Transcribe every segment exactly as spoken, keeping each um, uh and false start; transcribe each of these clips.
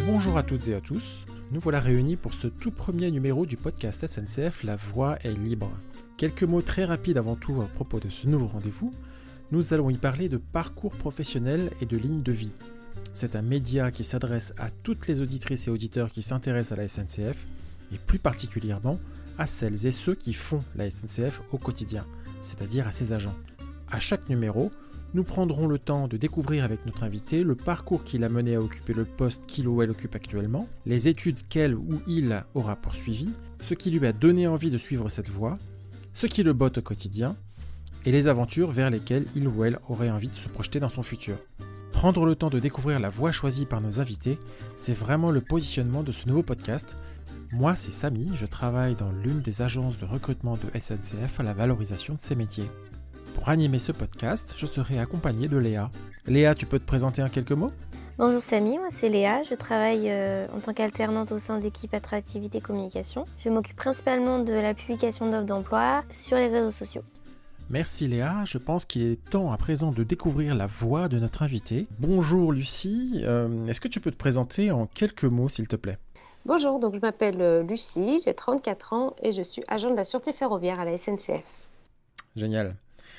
Bonjour à toutes et à tous, nous voilà réunis pour ce tout premier numéro du podcast S N C F La Voix est libre. Quelques mots très rapides avant tout à propos de ce nouveau rendez-vous. Nous allons y parler de parcours professionnel et de ligne de vie. C'est un média qui s'adresse à toutes les auditrices et auditeurs qui s'intéressent à la S N C F et plus particulièrement à celles et ceux qui font la S N C F au quotidien, c'est-à-dire à ses agents. À chaque numéro, nous prendrons le temps de découvrir avec notre invité le parcours qui l'a mené à occuper le poste qu'il ou elle occupe actuellement, les études qu'elle ou il aura poursuivies, ce qui lui a donné envie de suivre cette voie, ce qui le botte au quotidien, et les aventures vers lesquelles il ou elle aurait envie de se projeter dans son futur. Prendre le temps de découvrir la voie choisie par nos invités, c'est vraiment le positionnement de ce nouveau podcast. Moi, c'est Samy, je travaille dans l'une des agences de recrutement de S N C F à la valorisation de ces métiers. Pour animer ce podcast, je serai accompagné de Léa. Léa, tu peux te présenter en quelques mots ? Bonjour Samy, moi c'est Léa, je travaille euh, en tant qu'alternante au sein de l'équipe Attractivité Communication. Je m'occupe principalement de la publication d'offres d'emploi sur les réseaux sociaux. Merci Léa, je pense qu'il est temps à présent de découvrir la voix de notre invitée. Bonjour Lucie, euh, est-ce que tu peux te présenter en quelques mots s'il te plaît ? Bonjour, donc je m'appelle Lucie, j'ai trente-quatre ans et je suis agent de la sûreté ferroviaire à la S N C F. Génial.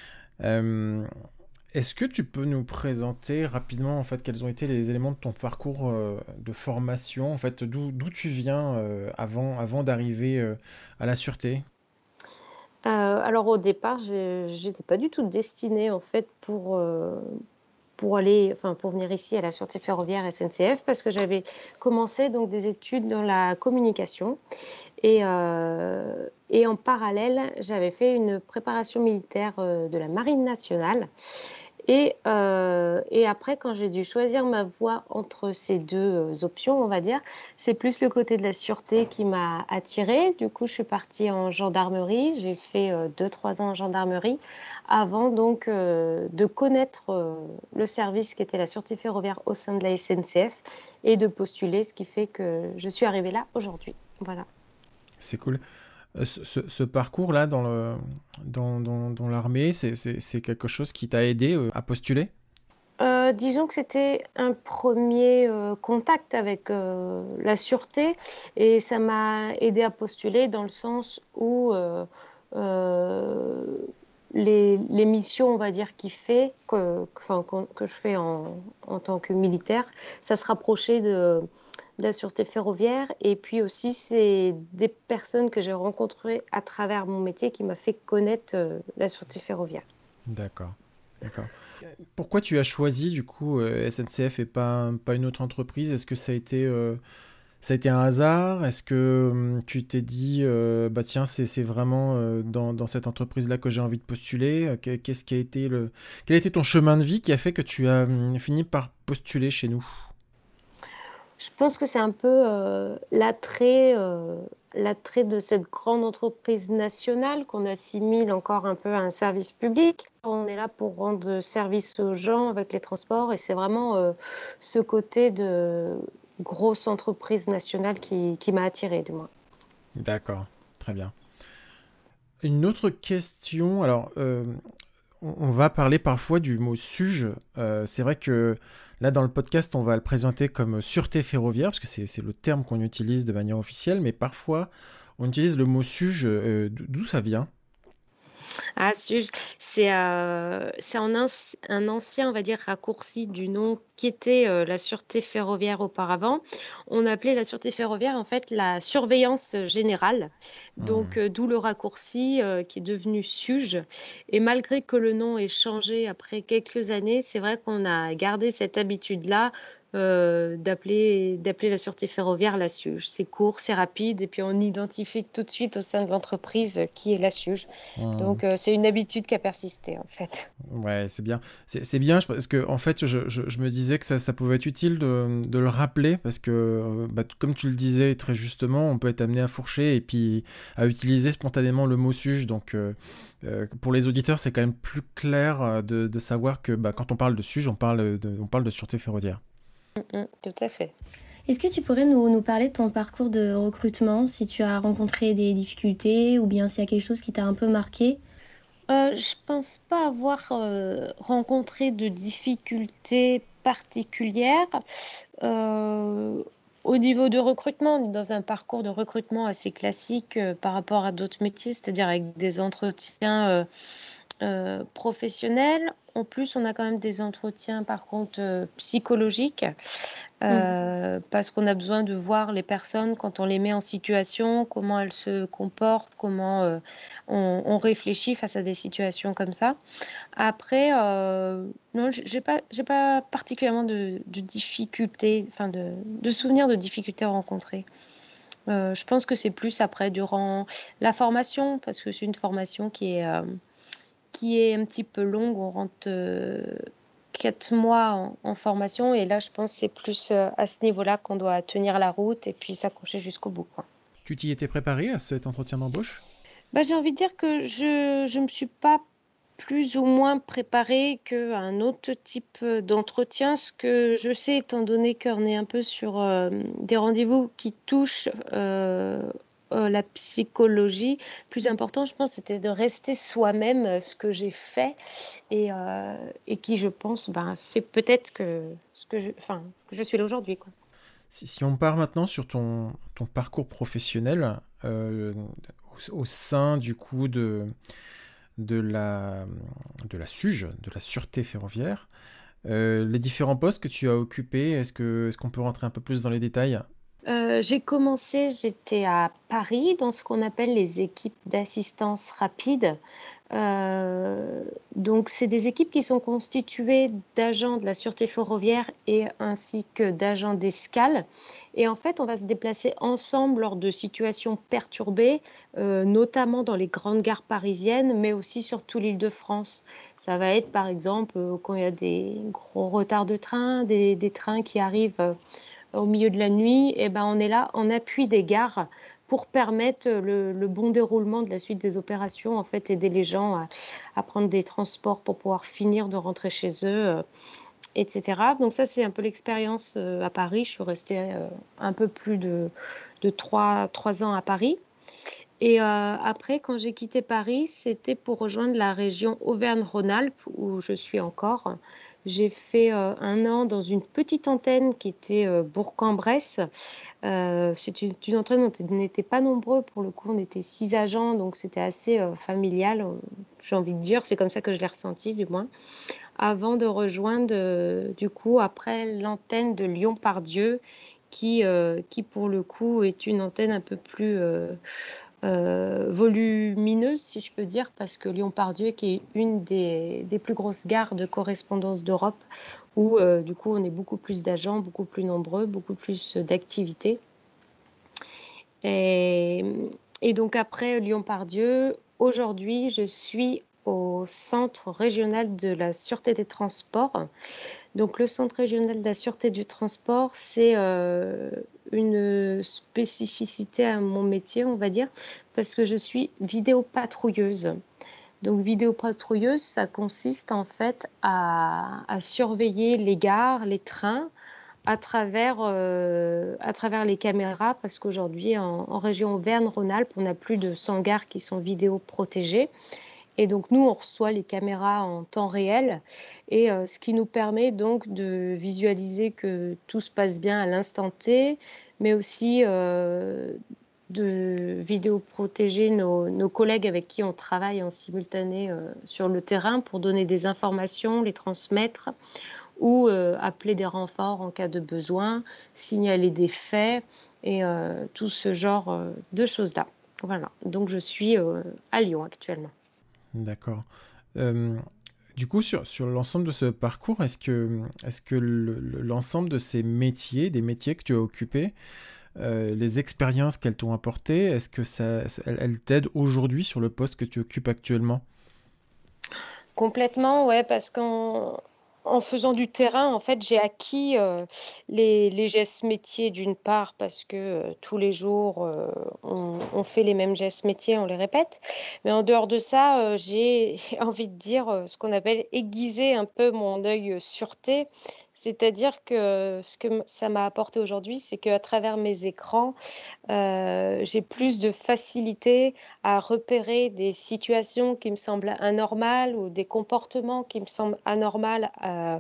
Euh, est-ce que tu peux nous présenter rapidement en fait quels ont été les éléments de ton parcours euh, de formation, en fait d'où, d'où tu viens euh, avant, avant d'arriver euh, à la sûreté ? Euh, alors au départ, je n'étais pas du tout destinée en fait pour, euh, pour aller, enfin pour venir ici à la sûreté ferroviaire S N C F parce que j'avais commencé donc des études dans la communication et, euh, et en parallèle, j'avais fait une préparation militaire euh, de la Marine nationale. Et, euh, et après, quand j'ai dû choisir ma voie entre ces deux options, on va dire, c'est plus le côté de la sûreté qui m'a attirée. Du coup, je suis partie en gendarmerie. J'ai fait euh, deux, trois ans en gendarmerie avant donc euh, de connaître euh, le service qui était la sûreté ferroviaire au sein de la S N C F et de postuler, ce qui fait que je suis arrivée là aujourd'hui. Voilà. C'est cool. Ce, ce, ce parcours-là dans, le, dans, dans, dans l'armée, c'est, c'est, c'est quelque chose qui t'a aidé euh, à postuler ? euh, Disons que c'était un premier euh, contact avec euh, la sûreté et ça m'a aidé à postuler dans le sens où euh, euh, les, les missions, on va dire, qu'il fait, que, que, que je fais en, en tant que militaire, ça se rapprochait de... de la sûreté ferroviaire et puis aussi c'est des personnes que j'ai rencontrées à travers mon métier qui m'a fait connaître euh, la sûreté ferroviaire. D'accord, d'accord. Pourquoi tu as choisi du coup euh, S N C F et pas, pas une autre entreprise ? Est-ce que ça a été, euh, ça a été un hasard ? Est-ce que euh, tu t'es dit euh, bah tiens c'est, c'est vraiment euh, dans, dans cette entreprise-là que j'ai envie de postuler ? Qu'est-ce qui a été le, quel a été ton chemin de vie qui a fait que tu as euh, fini par postuler chez nous ? Je pense que c'est un peu euh, l'attrait, euh, l'attrait de cette grande entreprise nationale qu'on assimile encore un peu à un service public. On est là pour rendre service aux gens avec les transports et c'est vraiment euh, ce côté de grosse entreprise nationale qui, qui m'a attirée, du moins. D'accord, très bien. Une autre question, alors euh, on, on va parler parfois du mot SUGE. Euh, c'est vrai que là, dans le podcast, on va le présenter comme sûreté ferroviaire, parce que c'est, c'est le terme qu'on utilise de manière officielle, mais parfois, on utilise le mot SUGE. Euh, d'où ça vient ? Ah, SUGE, c'est, euh, c'est un, anci- un ancien, on va dire, raccourci du nom qui était euh, la sûreté ferroviaire auparavant. On appelait la sûreté ferroviaire, en fait, la surveillance générale. Donc, Mmh. euh, d'où le raccourci euh, qui est devenu SUGE. Et malgré que le nom ait changé après quelques années, c'est vrai qu'on a gardé cette habitude-là euh, d'appeler, d'appeler la sûreté ferroviaire la SUGE. C'est court, c'est rapide, et puis on identifie tout de suite au sein de l'entreprise euh, qui est la SUGE. Mmh. Donc, euh, c'est une habitude qui a persisté, en fait. Ouais, c'est bien. C'est, c'est bien parce que, en fait, je, je, je me disais que ça, ça pouvait être utile de, de le rappeler parce que, euh, bah, t- comme tu le disais très justement, on peut être amené à fourcher et puis à utiliser spontanément le mot SUGE. Donc, euh, euh, pour les auditeurs, c'est quand même plus clair euh, de, de savoir que bah, quand on parle de SUGE, on parle de, on parle de sûreté ferroviaire. Mm, tout à fait. Est-ce que tu pourrais nous, nous parler de ton parcours de recrutement, si tu as rencontré des difficultés ou bien s'il y a quelque chose qui t'a un peu marqué ? Euh, je pense pas avoir euh, rencontré de difficultés particulières. Euh, Au niveau de recrutement, on est dans un parcours de recrutement assez classique euh, par rapport à d'autres métiers, c'est-à-dire avec des entretiens euh, euh, professionnels. En plus, on a quand même des entretiens, par contre, euh, psychologiques, euh, parce qu'on a besoin de voir les personnes quand on les met en situation, comment elles se comportent, comment euh, on, on réfléchit face à des situations comme ça. Après, euh, non, j- j'ai pas, j'ai pas particulièrement de, de difficultés, enfin de, de souvenirs de difficultés rencontrées. Euh, je pense que c'est plus après durant la formation, parce que c'est une formation qui est, euh, qui est un petit peu longue. On rentre euh, quatre mois en, en formation, et là, je pense que c'est plus euh, à ce niveau-là qu'on doit tenir la route et puis s'accrocher jusqu'au bout, quoi. Tu t'y étais préparé à cet entretien d'embauche? Bah, j'ai envie de dire que je je me suis pas plus ou moins préparée qu'un autre type euh, d'entretien. Ce que je sais, étant donné qu'on est un peu sur euh, des rendez-vous qui touchent euh, euh, la psychologie, plus important, je pense, c'était de rester soi-même, euh, ce que j'ai fait et, euh, et qui, je pense, ben, fait peut-être que ce que je, enfin, que je suis là aujourd'hui, quoi. Si, si on part maintenant sur ton, ton parcours professionnel, euh, au, au sein du coup de, de, la, de la SUGE, de la Sûreté ferroviaire, euh, les différents postes que tu as occupés, est-ce que, est-ce qu'on peut rentrer un peu plus dans les détails? Euh, j'ai commencé, j'étais à Paris dans ce qu'on appelle les équipes d'assistance rapide. Euh, donc, c'est des équipes qui sont constituées d'agents de la sûreté ferroviaire et ainsi que d'agents d'escale. Et en fait, on va se déplacer ensemble lors de situations perturbées, euh, notamment dans les grandes gares parisiennes, mais aussi sur toute l'Île-de-France. Ça va être, par exemple, euh, quand il y a des gros retards de train, des, des trains qui arrivent euh, au milieu de la nuit, et ben on est là en appui des gares pour permettre le, le bon déroulement de la suite des opérations, en fait, aider les gens à, à prendre des transports pour pouvoir finir de rentrer chez eux, euh, et cetera. Donc ça, c'est un peu l'expérience euh, à Paris. Je suis restée euh, un peu plus de, de trois, trois ans à Paris. Et euh, après, quand j'ai quitté Paris, c'était pour rejoindre la région Auvergne-Rhône-Alpes, où je suis encore. J'ai fait euh, un an dans une petite antenne qui était euh, Bourg-en-Bresse. Euh, c'est une, une antenne où on n'était pas nombreux, pour le coup, on était six agents, donc c'était assez euh, familial, euh, j'ai envie de dire, c'est comme ça que je l'ai ressenti, du moins, avant de rejoindre, euh, du coup, après l'antenne de Lyon-Part-Dieu, qui, euh, qui, pour le coup, est une antenne un peu plus euh, euh, volumineuse, si je peux dire, parce que Lyon-Part-Dieu, qui est une des, des plus grosses gares de correspondance d'Europe, où euh, du coup on est beaucoup plus d'agents, beaucoup plus nombreux, beaucoup plus d'activités. Et, et donc après Lyon-Part-Dieu, aujourd'hui je suis au Centre régional de la sûreté des transports. Donc le Centre régional de la sûreté du transport, c'est euh, une spécificité à mon métier, on va dire, parce que je suis vidéopatrouilleuse. Donc vidéopatrouilleuse, ça consiste en fait à, à surveiller les gares, les trains, à travers, euh, à travers les caméras, parce qu'aujourd'hui, en, en région Auvergne-Rhône-Alpes, on a plus de cent gares qui sont vidéoprotégées. Et donc, nous, on reçoit les caméras en temps réel, et euh, ce qui nous permet donc de visualiser que tout se passe bien à l'instant T, mais aussi euh, de vidéoprotéger nos, nos collègues avec qui on travaille en simultané euh, sur le terrain pour donner des informations, les transmettre, ou euh, appeler des renforts en cas de besoin, signaler des faits et euh, tout ce genre euh, de choses-là. Voilà, donc je suis euh, à Lyon actuellement. D'accord. Euh, du coup, sur, sur l'ensemble de ce parcours, est-ce que, est-ce que le- le- l'ensemble de ces métiers, des métiers que tu as occupés, euh, les expériences qu'elles t'ont apportées, est-ce que ça, elles, elles t'aident aujourd'hui sur le poste que tu occupes actuellement? Complètement, ouais, parce qu'en en faisant du terrain, en fait, j'ai acquis euh, les, les gestes métiers d'une part, parce que euh, tous les jours, euh, on, on fait les mêmes gestes métiers, on les répète. Mais en dehors de ça, euh, j'ai j'ai envie de dire euh, ce qu'on appelle aiguiser un peu mon œil euh, sûreté. C'est-à-dire que ce que m- ça m'a apporté aujourd'hui, c'est qu'à travers mes écrans, euh, j'ai plus de facilité à repérer des situations qui me semblent anormales ou des comportements qui me semblent anormals euh,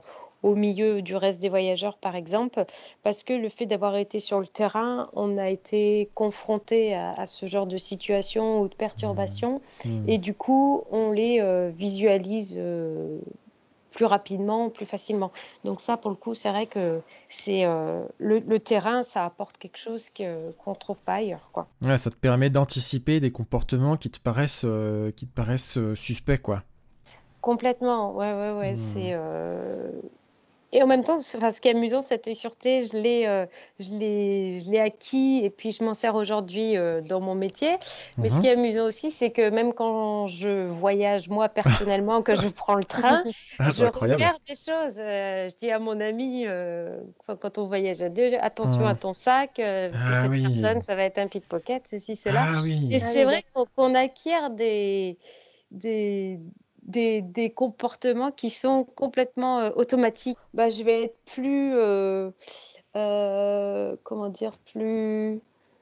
au milieu du reste des voyageurs, par exemple, parce que le fait d'avoir été sur le terrain, on a été confronté à, à ce genre de situation ou de perturbation, Mmh. et du coup, on les euh, visualise euh, plus rapidement, plus facilement. Donc ça, pour le coup, c'est vrai que c'est euh, le, le terrain, ça apporte quelque chose que, qu'on ne trouve pas ailleurs, quoi. Ouais, ça te permet d'anticiper des comportements qui te paraissent, euh, qui te paraissent euh, suspects, quoi. Complètement, ouais, ouais, ouais, Mmh. c'est, heu et en même temps, c'est enfin, ce qui est amusant, cette sûreté, je l'ai, heu, je l'ai je l'ai acquis et puis je m'en sers aujourd'hui, heu, dans mon métier. Mais ce qui Mhm. est amusant aussi, c'est que même quand je voyage, moi, personnellement, que je prends le train, Ah, c'est je incroyable. repère des choses. Heu, je dis à mon ami, heu, enfin, quand on voyage à deux: «Attention à Mmh. ton sac, heu, parce que Ah cette personne, oui. ça va être un pickpocket, ceci, cela». Ah Et oui. Ah c'est oui, vrai d'accord. qu'on qu'on acquiert des des des des comportements qui sont complètement, heu, automatiques. Bah, je vais être plus, heu heu, comment dire? Plus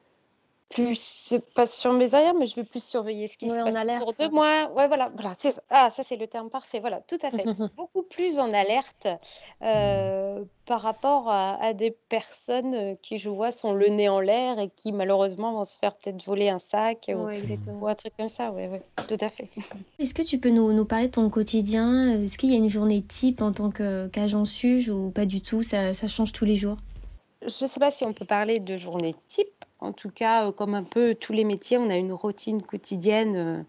plus pas sur mes arrières, mais je vais plus surveiller ce qui se Ouais, en passe autour alerte, de ouais. moi. Ouais, voilà, voilà, c'est ça. Ah, ça, c'est le terme parfait, voilà, tout à fait. Beaucoup plus en alerte, Mmh. heu, par rapport à à des personnes, heu, qui, je vois, sont le nez en l'air et qui, malheureusement, vont se faire peut-être voler un sac ou Ouais, Mmh. ou exactement. un truc comme ça, ouais, ouais, tout à fait. Est-ce que tu peux nous, nous parler de ton quotidien? Est-ce qu'il y a une journée type en tant que, qu'agent suge ou pas du tout? Ça, ça change tous les jours? Je ne sais pas si on peut parler de journée type. En tout cas, heu, comme un peu tous les métiers, on a une routine quotidienne, heu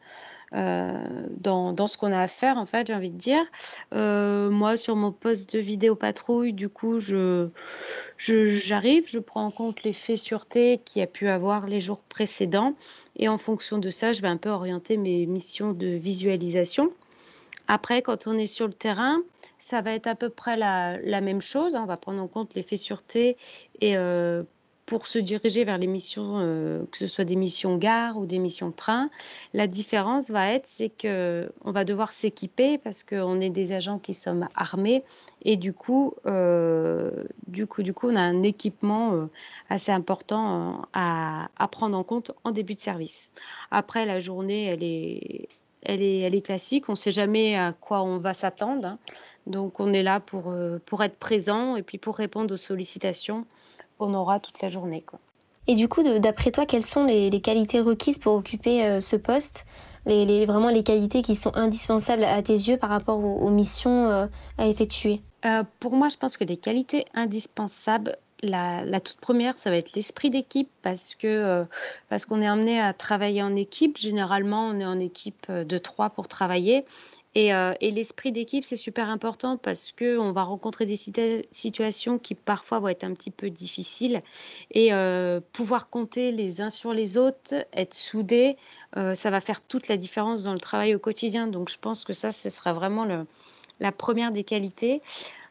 heu, dans dans ce qu'on a à faire, en fait, j'ai envie de dire. Heu, moi, sur mon poste de vidéo patrouille, du coup, je je j'arrive, je prends en compte les faits sûreté qu'il y a pu avoir les jours précédents et en fonction de ça, je vais un peu orienter mes missions de visualisation. Après, quand on est sur le terrain, ça va être à peu près la la même chose, hein. On va prendre en compte l'effet sûreté et heu, pour se diriger vers les missions, heu, que ce soit des missions gare ou des missions train. La différence va être, c'est qu'on va devoir s'équiper parce qu'on est des agents qui sommes armés et du coup, heu, du coup du coup, on a un équipement, heu, assez important, heu, à à prendre en compte en début de service. Après la journée, elle est elle est elle est classique, on ne sait jamais à quoi on va s'attendre, hein. Donc on est là pour, heu, pour être présent et puis pour répondre aux sollicitations qu'on aura toute la journée, quoi. Et du coup, de- d'après toi, quelles sont les, les qualités requises pour occuper euh, ce poste? Les, les- vraiment les qualités qui sont indispensables à tes yeux par rapport aux, aux missions euh, à effectuer? Heu, pour moi, je pense que les qualités indispensables, la la toute première, ça va être l'esprit d'équipe parce que, heu, parce qu'on est amené à travailler en équipe. Généralement, on est en équipe, heu, de trois pour travailler et heu et l'esprit d'équipe, c'est super important parce qu'on va rencontrer des sita situations qui parfois vont être un petit peu difficiles et heu, pouvoir compter les uns sur les autres, être soudés, heu, ça va faire toute la différence dans le travail au quotidien. Donc je pense que ça, ce sera vraiment le la première des qualités.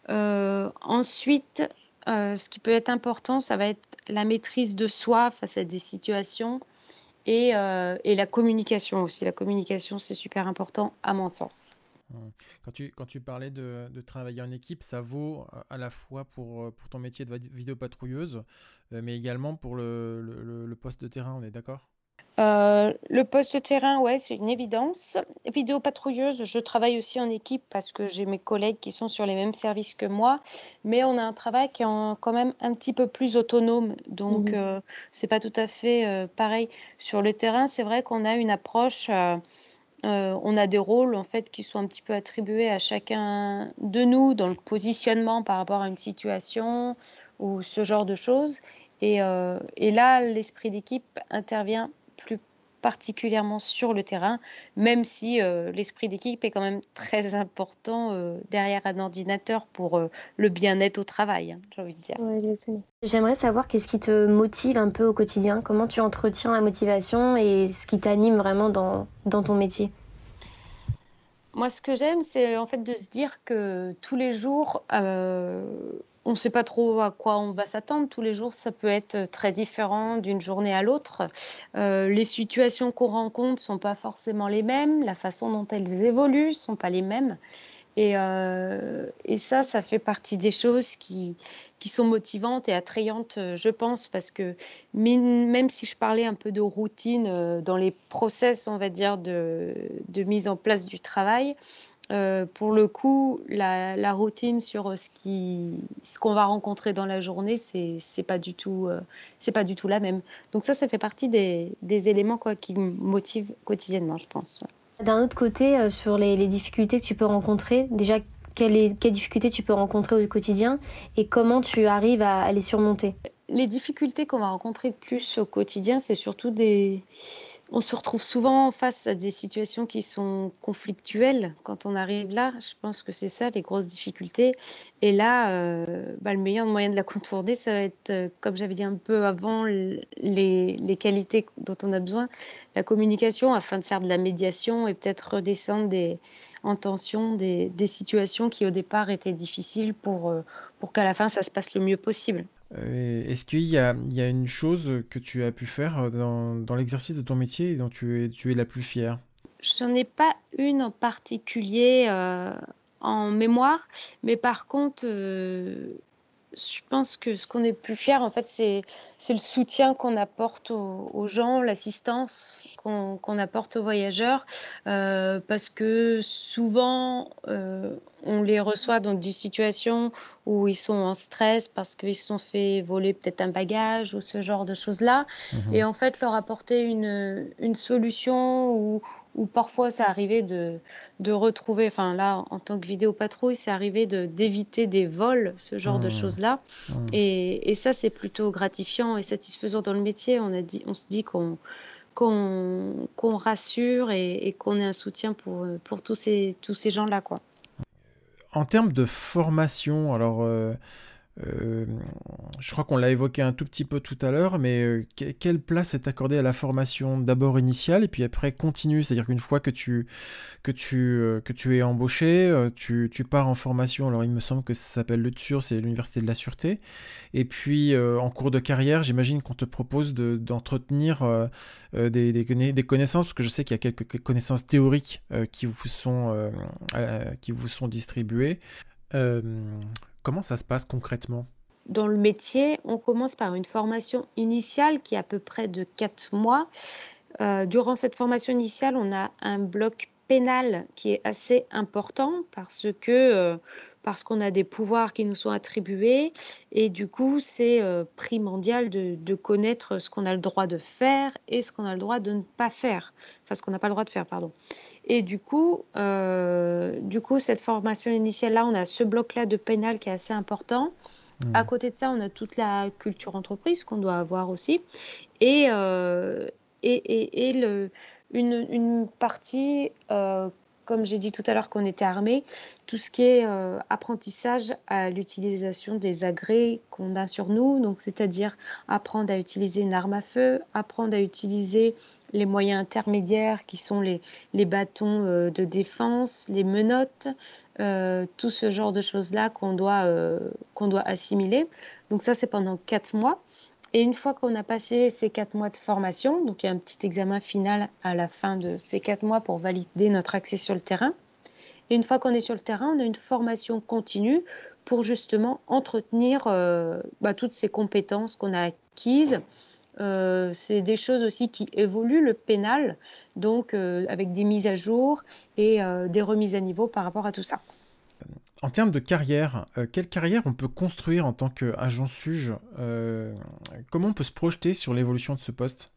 Heu, ensuite, heu, ce qui peut être important, ça va être la maîtrise de soi face à des situations et heu et la communication aussi. La communication, c'est super important à mon sens. Mmh. Quand tu, quand tu parlais de, de travailler en équipe, ça vaut euh, à la fois pour, euh, pour ton métier de vid- vidéopatrouilleuse, euh, mais également pour le, le, le- le poste de terrain, on est d'accord? Heu, le poste de terrain, ouais, c'est une évidence. Vidéopatrouilleuse, je travaille aussi en équipe parce que j'ai mes collègues qui sont sur les mêmes services que moi, mais on a un travail qui est en quand même un petit peu plus autonome, donc Mhm. heu, c'est pas tout à fait, heu, pareil. Sur le terrain, c'est vrai qu'on a une approche, heu heu, on a des rôles, en fait, qui sont un petit peu attribués à chacun de nous dans le positionnement par rapport à une situation ou ce genre de choses et heu et là, l'esprit d'équipe intervient plus particulièrement sur le terrain, même si, heu, l'esprit d'équipe est quand même très important, heu, derrière un ordinateur pour, heu, le bien-être au travail, hein, j'ai envie de dire. Ouais, exactement. J'aimerais savoir qu'est-ce qui te motive un peu au quotidien, comment tu entretiens la motivation et ce qui t'anime vraiment dans, dans ton métier. Moi, ce que j'aime, c'est en fait de se dire que tous les jours, heu, on ne sait pas trop à quoi on va s'attendre. Tous les jours, ça peut être très différent d'une journée à l'autre. Heu, les situations qu'on rencontre sont pas forcément les mêmes, la façon dont elles évoluent sont pas les mêmes. Et heu et ça, ça fait partie des choses qui qui sont motivantes et attrayantes, heu, je pense, parce que mine même si je parlais un peu de routine, heu, dans les process, on va dire, de de mise en place du travail, Euh, pour le coup, la, la routine sur ce qui, ce qu'on va rencontrer dans la journée, c'est, c'est pas du tout, euh, c'est pas du tout la même. Donc ça, ça fait partie des, des éléments quoi, qui me motivent quotidiennement, je pense. Ouais. D'un autre côté, euh, sur les, les difficultés que tu peux rencontrer, déjà, quelles, est- quelles difficultés tu peux rencontrer au quotidien et comment tu arrives à, à les surmonter? Les difficultés qu'on va rencontrer plus au quotidien, c'est surtout des... On se retrouve souvent face à des situations qui sont conflictuelles quand on arrive là. Je pense que c'est ça, les grosses difficultés. Et là, euh, bah, le meilleur moyen de la contourner, ça va être, euh, comme j'avais dit un peu avant, l- les, les qualités dont on a besoin, la communication, afin de faire de la médiation et peut-être redescendre des, en tension des, des situations qui, au départ, étaient difficiles pour, euh, pour qu'à la fin, ça se passe le mieux possible. Euh, Est-ce qu'il y a, il y a une chose que tu as pu faire dans, dans l'exercice de ton métier et dont tu es, tu es la plus fière? J'en ai pas une en particulier euh, en mémoire, mais par contre, euh, je pense que ce qu'on est plus fier, en fait, c'est, c'est le soutien qu'on apporte aux, aux gens, l'assistance qu'on, qu'on apporte aux voyageurs, euh, parce que souvent, euh, on les reçoit dans des situations où ils sont en stress parce qu'ils se sont fait voler peut-être un bagage ou ce genre de choses-là. Et Mhm. en fait, leur apporter une, une solution ou, ou parfois ça arrivait de, de retrouver, enfin là, en tant que vidéopatrouille, c'est arrivé de, d'éviter des vols, ce genre de Mhm. choses-là. Mhm. Et, et ça, c'est plutôt gratifiant et satisfaisant dans le métier. On, a dit, on se dit qu'on, qu'on, qu'on rassure et, et qu'on est un soutien pour, pour tous ces, tous ces gens-là, quoi. En termes de formation, alors euh, Euh, je crois qu'on l'a évoqué un tout petit peu tout à l'heure, mais euh, que- quelle place est accordée à la formation d'abord initiale et puis après continue? C'est-à-dire qu'une fois que tu, que tu, euh, que tu es embauché, euh, tu, tu pars en formation. Alors il me semble que ça s'appelle le T S U R, c'est l'Université de la Sûreté. Et puis euh, en cours de carrière, j'imagine qu'on te propose de- d'entretenir euh, euh, des, des, conna- des connaissances, parce que je sais qu'il y a quelques connaissances théoriques euh, qui vous sont, euh, euh, qui vous sont distribuées. Euh, Comment ça se passe concrètement? Dans le métier, on commence par une formation initiale qui est à peu près de quatre mois. Euh, durant cette formation initiale, on a un bloc pénal qui est assez important parce que euh, parce qu'on a des pouvoirs qui nous sont attribués et du coup, c'est euh, primordial de, de connaître ce qu'on a le droit de faire et ce qu'on a le droit de ne pas faire. Enfin, ce qu'on n'a pas le droit de faire, pardon. Et du coup, euh, du coup, cette formation initiale-là, on a ce bloc-là de pénal qui est assez important. À Hmm. côté de ça, on a toute la culture entreprise qu'on doit avoir aussi. Et, euh, et, et, et le, une, une partie, euh, comme j'ai dit tout à l'heure qu'on était armé, tout ce qui est euh, apprentissage à l'utilisation des agrès qu'on a sur nous, donc c'est-à-dire apprendre à utiliser une arme à feu, apprendre à utiliser les moyens intermédiaires qui sont les, les bâtons euh, de défense, les menottes, euh, tout ce genre de choses-là qu'on doit, euh, qu'on doit assimiler. Donc ça, c'est pendant quatre mois. Et une fois qu'on a passé ces quatre mois de formation, donc il y a un petit examen final à la fin de ces quatre mois pour valider notre accès sur le terrain. Et une fois qu'on est sur le terrain, on a une formation continue pour justement entretenir euh, bah, toutes ces compétences qu'on a acquises. Euh, c'est des choses aussi qui évoluent, le pénal, donc euh, avec des mises à jour et euh, des remises à niveau par rapport à tout ça. En termes de carrière, euh, quelle carrière on peut construire en tant qu'agent SUGE? Euh, Comment on peut se projeter sur l'évolution de ce poste?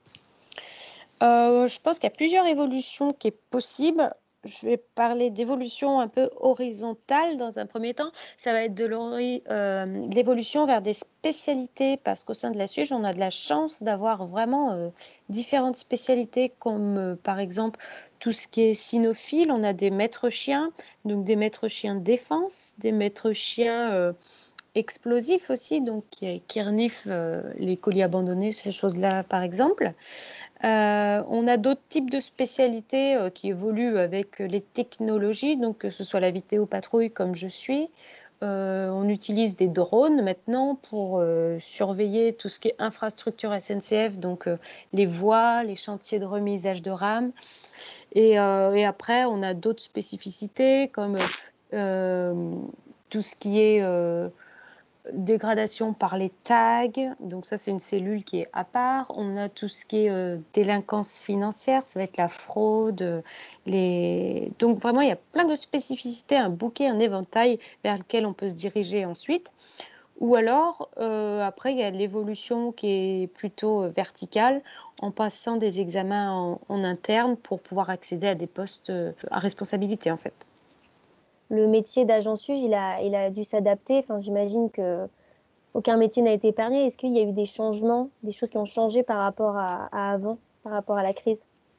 Euh, je pense qu'il y a plusieurs évolutions qui est possible. Je vais parler d'évolution un peu horizontale dans un premier temps. Ça va être de l'hori- euh, l'évolution vers des spécialités parce qu'au sein de la SUGE, on a de la chance d'avoir vraiment euh, différentes spécialités comme euh, par exemple tout ce qui est cynophile. On a des maîtres chiens, donc des maîtres chiens de défense, des maîtres chiens euh, explosifs aussi, donc qui, qui reniflent euh, les colis abandonnés, ces choses-là par exemple. Euh, on a d'autres types de spécialités euh, qui évoluent avec les technologies, donc que ce soit la vidéopatrouille comme je suis. Euh, on utilise des drones maintenant pour euh, surveiller tout ce qui est infrastructure S N C F, donc euh, les voies, les chantiers de remisage de rames. Et, euh, et après, on a d'autres spécificités comme euh, tout ce qui est euh, dégradation par les tags, donc ça c'est une cellule qui est à part. On a tout ce qui est euh, délinquance financière, ça va être la fraude, euh, les... donc vraiment il y a plein de spécificités, un bouquet, un éventail vers lequel on peut se diriger ensuite. Ou alors, euh, après, il y a l'évolution qui est plutôt euh, verticale, en passant des examens en, en interne pour pouvoir accéder à des postes euh, à responsabilité, en fait. Le métier d'agent suge, il a, il a dû s'adapter. Enfin, j'imagine que aucun métier n'a été épargné. Est-ce qu'il y a eu des changements, des choses qui ont changé par rapport à, à avant, par rapport à la crise?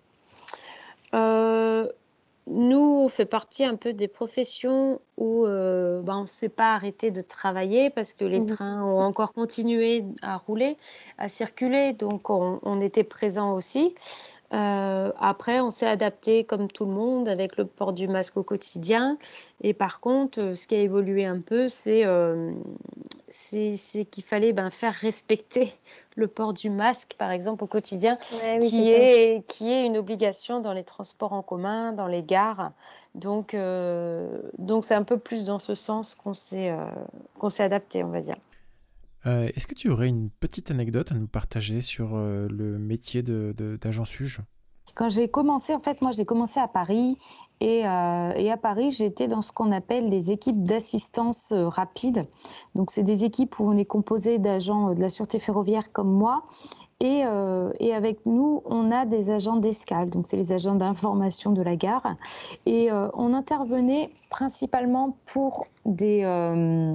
Euh, Nous, on fait partie un peu des professions où euh, ben, on ne s'est pas arrêté de travailler parce que les Mhm. trains ont encore continué à rouler, à circuler, donc on, on était présent aussi. Euh, après, on s'est adapté comme tout le monde avec le port du masque au quotidien. Et par contre, euh, ce qui a évolué un peu, c'est euh, c'est, c'est qu'il fallait ben, faire respecter le port du masque, par exemple, au quotidien, Ouais, oui, qui c'est ça. est, qui est une obligation dans les transports en commun, dans les gares. Donc, euh, donc c'est un peu plus dans ce sens qu'on s'est, euh, qu'on s'est adapté, on va dire. Euh, est-ce que tu aurais une petite anecdote à nous partager sur euh, le métier de, de- d'agent suge? Quand j'ai commencé, en fait, moi, j'ai commencé à Paris. Et, euh, et à Paris, j'étais dans ce qu'on appelle les équipes d'assistance euh, rapide. Donc, c'est des équipes où on est composé d'agents euh, de la sûreté ferroviaire comme moi. Et, euh, et avec nous, on a des agents d'escale. Donc, c'est les agents d'information de la gare. Et euh, on intervenait principalement pour des... euh,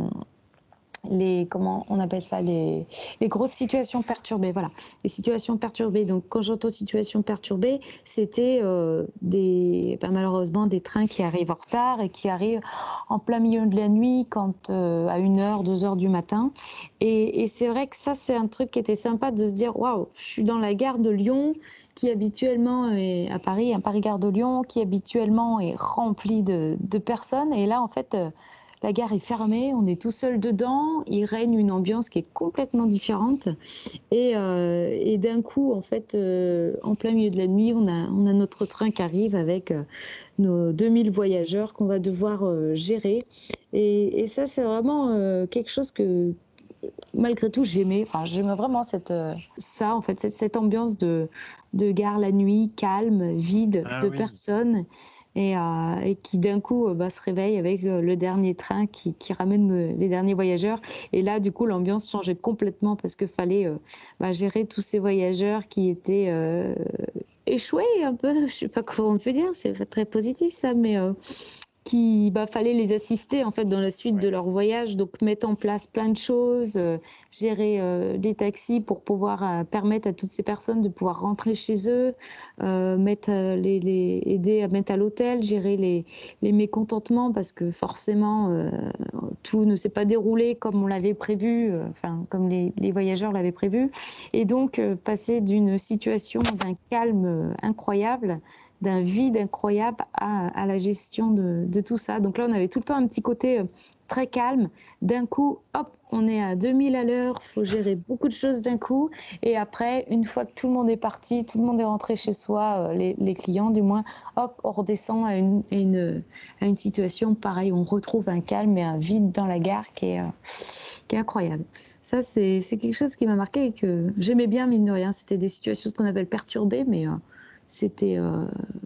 les comment on appelle ça les, les grosses situations perturbées, voilà, les situations perturbées. Donc quand j'entends situations perturbées, c'était euh, des ben, malheureusement des trains qui arrivent en retard et qui arrivent en plein milieu de la nuit, quand euh, à une heure deux heures du matin. Et, et c'est vrai que ça, c'est un truc qui était sympa, de se dire waouh, je suis dans la gare de Lyon, qui habituellement est à Paris, un Paris-Gare de Lyon, qui habituellement est rempli de, de personnes, et là en fait euh, la gare est fermée, on est tout seul dedans, il règne une ambiance qui est complètement différente. Et, euh, et d'un coup, en fait, euh, en plein milieu de la nuit, on a, on a notre train qui arrive avec euh, nos deux mille voyageurs qu'on va devoir euh, gérer. Et, et ça, c'est vraiment euh, quelque chose que, malgré tout, j'aimais. Enfin, j'aimais vraiment cette, euh, ça, en fait, cette, cette ambiance de, de gare la nuit, calme, vide, Ah de oui. personnes. Et, euh, et qui d'un coup euh, bah, se réveille avec euh, le dernier train qui, qui ramène euh, les derniers voyageurs. Et là, du coup, l'ambiance changeait complètement parce qu'il fallait euh, bah, gérer tous ces voyageurs qui étaient euh, échoués un peu. Je sais pas comment on peut dire, c'est pas très positif ça, mais euh, qui bah, fallait les assister en fait dans la suite de leur voyage, donc mettre en place plein de choses, euh, gérer euh, des taxis pour pouvoir euh, permettre à toutes ces personnes de pouvoir rentrer chez eux, euh, mettre euh, les, les aider à mettre à l'hôtel, gérer les, les mécontentements parce que forcément euh, tout ne s'est pas déroulé comme on l'avait prévu, euh, enfin comme les, les voyageurs l'avaient prévu, et donc euh, passer d'une situation d'un calme euh, incroyable, d'un vide incroyable à, à la gestion de, de tout ça. Donc là, on avait tout le temps un petit côté euh, très calme. D'un coup, hop, on est à deux mille à l'heure, il faut gérer beaucoup de choses d'un coup. Et après, une fois que tout le monde est parti, tout le monde est rentré chez soi, euh, les, les clients du moins, hop, on redescend à une, à une, à une situation pareille. On retrouve un calme et un vide dans la gare qui est, euh, qui est incroyable. Ça, c'est, c'est quelque chose qui m'a marqué et que j'aimais bien, mine de rien. C'était des situations, ce qu'on appelle perturbées, mais... Euh, c'était euh,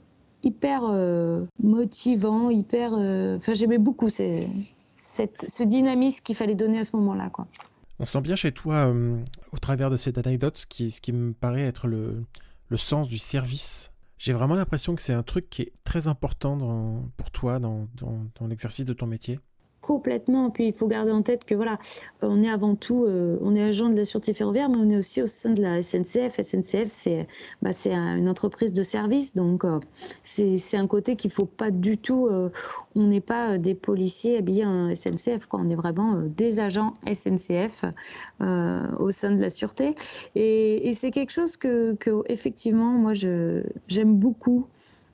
hyper euh, motivant, hyper. euh, Enfin, j'aimais beaucoup ces- cette, ce dynamisme qu'il fallait donner à ce moment-là, quoi. On sent bien chez toi, euh, au travers de cette anecdote, ce qui, ce qui me paraît être le, le sens du service. J'ai vraiment l'impression que c'est un truc qui est très important dans- pour toi dans, dans- dans l'exercice de ton métier. Complètement. Puis il faut garder en tête que voilà, euh, on est avant tout, euh, on est agent de la sûreté ferroviaire, mais on est aussi au sein de la S N C F. S N C F, c'est bah, c'est un- une entreprise de service, donc euh, c'est c'est un côté qu'il faut pas du tout. Euh, on n'est pas euh, des policiers habillés en S N C F, quoi. On est vraiment euh, des agents S N C F euh, au sein de la sûreté. Et, et c'est quelque chose que, que effectivement, moi, je j'aime beaucoup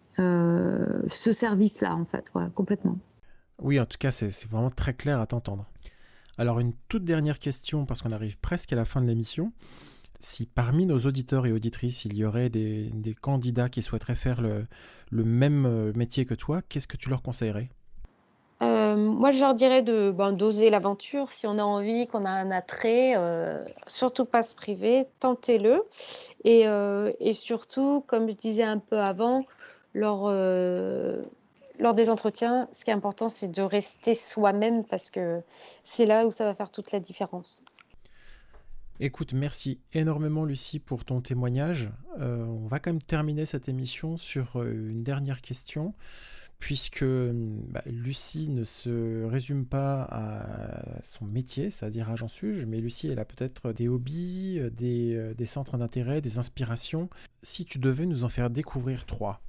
euh, ce service-là, en fait, quoi, complètement. Oui, en tout cas, c'est c'est vraiment très clair à t'entendre. Alors, une toute dernière question, parce qu'on arrive presque à la fin de l'émission. Si parmi nos auditeurs et auditrices, il y aurait des, des candidats qui souhaiteraient faire le, le même euh, métier que toi, qu'est-ce que tu leur conseillerais ? Euh, moi, je leur dirais de, ben, d'oser l'aventure. Si on a envie, qu'on a un attrait, euh, surtout pas se priver, tentez-le. Et, euh, et surtout, comme je disais un peu avant, lors, euh, lors des entretiens, ce qui est important, c'est de rester soi-même parce que c'est là où ça va faire toute la différence. Écoute, merci énormément Lucie pour ton témoignage. Euh, on va quand même terminer cette émission sur euh, une dernière question, puisque bah, Lucie ne se résume pas à son métier, c'est-à-dire agent suge, mais Lucie, elle a peut-être des hobbies, des, euh, des centres d'intérêt, des inspirations. Si tu devais nous en faire découvrir trois.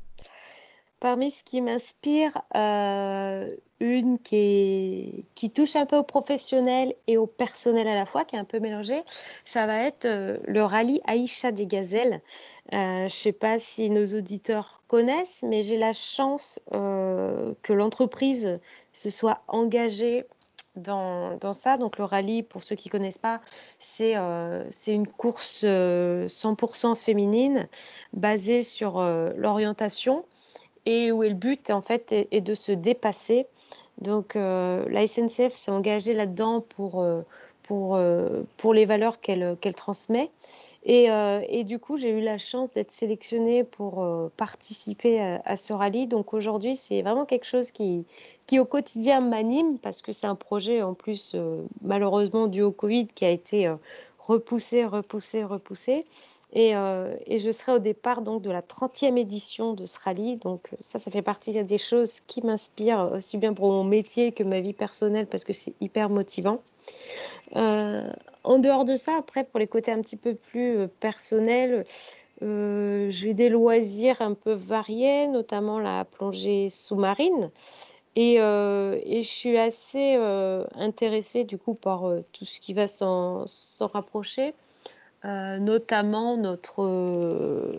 Parmi ce qui m'inspire, euh, une qui, est, qui touche un peu au professionnel et au personnel à la fois, qui est un peu mélangée, ça va être euh, le rallye Aïcha des Gazelles. Euh, je ne sais pas si nos auditeurs connaissent, mais j'ai la chance euh, que l'entreprise se soit engagée dans, dans ça. Donc le rallye, pour ceux qui ne connaissent pas, c'est euh, c'est une course euh, cent pour cent féminine basée sur euh, l'orientation et où le but en fait est, est de se dépasser. Donc euh, la S N C F s'est engagée là-dedans pour, euh, pour, euh, pour les valeurs qu'elle qu'elle transmet. Et, euh, et du coup, j'ai eu la chance d'être sélectionnée pour euh, participer à, à ce rallye. Donc aujourd'hui, c'est vraiment quelque chose qui, qui au quotidien m'anime parce que c'est un projet en plus, euh, malheureusement dû au Covid, qui a été euh, repoussé, repoussé, repoussé. Et, euh, et je serai au départ donc de la trentième édition de ce rallye. Donc ça, ça fait partie des choses qui m'inspirent aussi bien pour mon métier que ma vie personnelle parce que c'est hyper motivant. Euh, en dehors de ça, après, pour les côtés un petit peu plus euh, personnels, euh, j'ai des loisirs un peu variés, notamment la plongée sous-marine. Et, euh, et je suis assez euh, intéressée du coup par euh, tout ce qui va s'en, s'en rapprocher. Euh, notamment notre euh,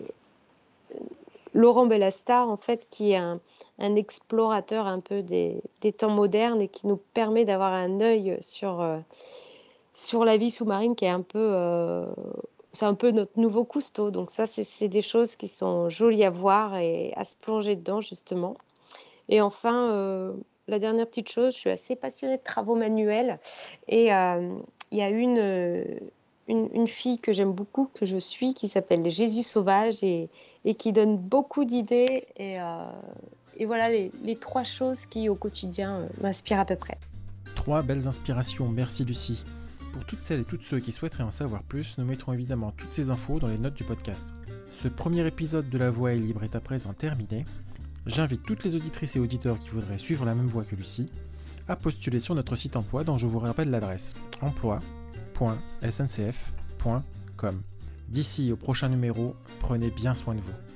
Laurent Bellastar, en fait, qui est un, un explorateur un peu des, des temps modernes et qui nous permet d'avoir un œil sur, euh, sur la vie sous-marine qui est un peu, euh, c'est un peu notre nouveau Cousteau. Donc ça, c'est, c'est des choses qui sont jolies à voir et à se plonger dedans, justement. Et enfin, euh, la dernière petite chose, je suis assez passionnée de travaux manuels et euh, il y a une... Euh, Une, une fille que j'aime beaucoup, que je suis, qui s'appelle Jésus Sauvage et, et qui donne beaucoup d'idées. Et, euh, et voilà les, les trois choses qui, au quotidien, euh, m'inspirent à peu près. Trois belles inspirations, merci Lucie. Pour toutes celles et tous ceux qui souhaiteraient en savoir plus, nous mettrons évidemment toutes ces infos dans les notes du podcast. Ce premier épisode de La Voix est libre est à présent terminé. J'invite toutes les auditrices et auditeurs qui voudraient suivre la même voie que Lucie à postuler sur notre site emploi dont je vous rappelle l'adresse emploi point s n c f point com. D'ici au prochain numéro, prenez bien soin de vous.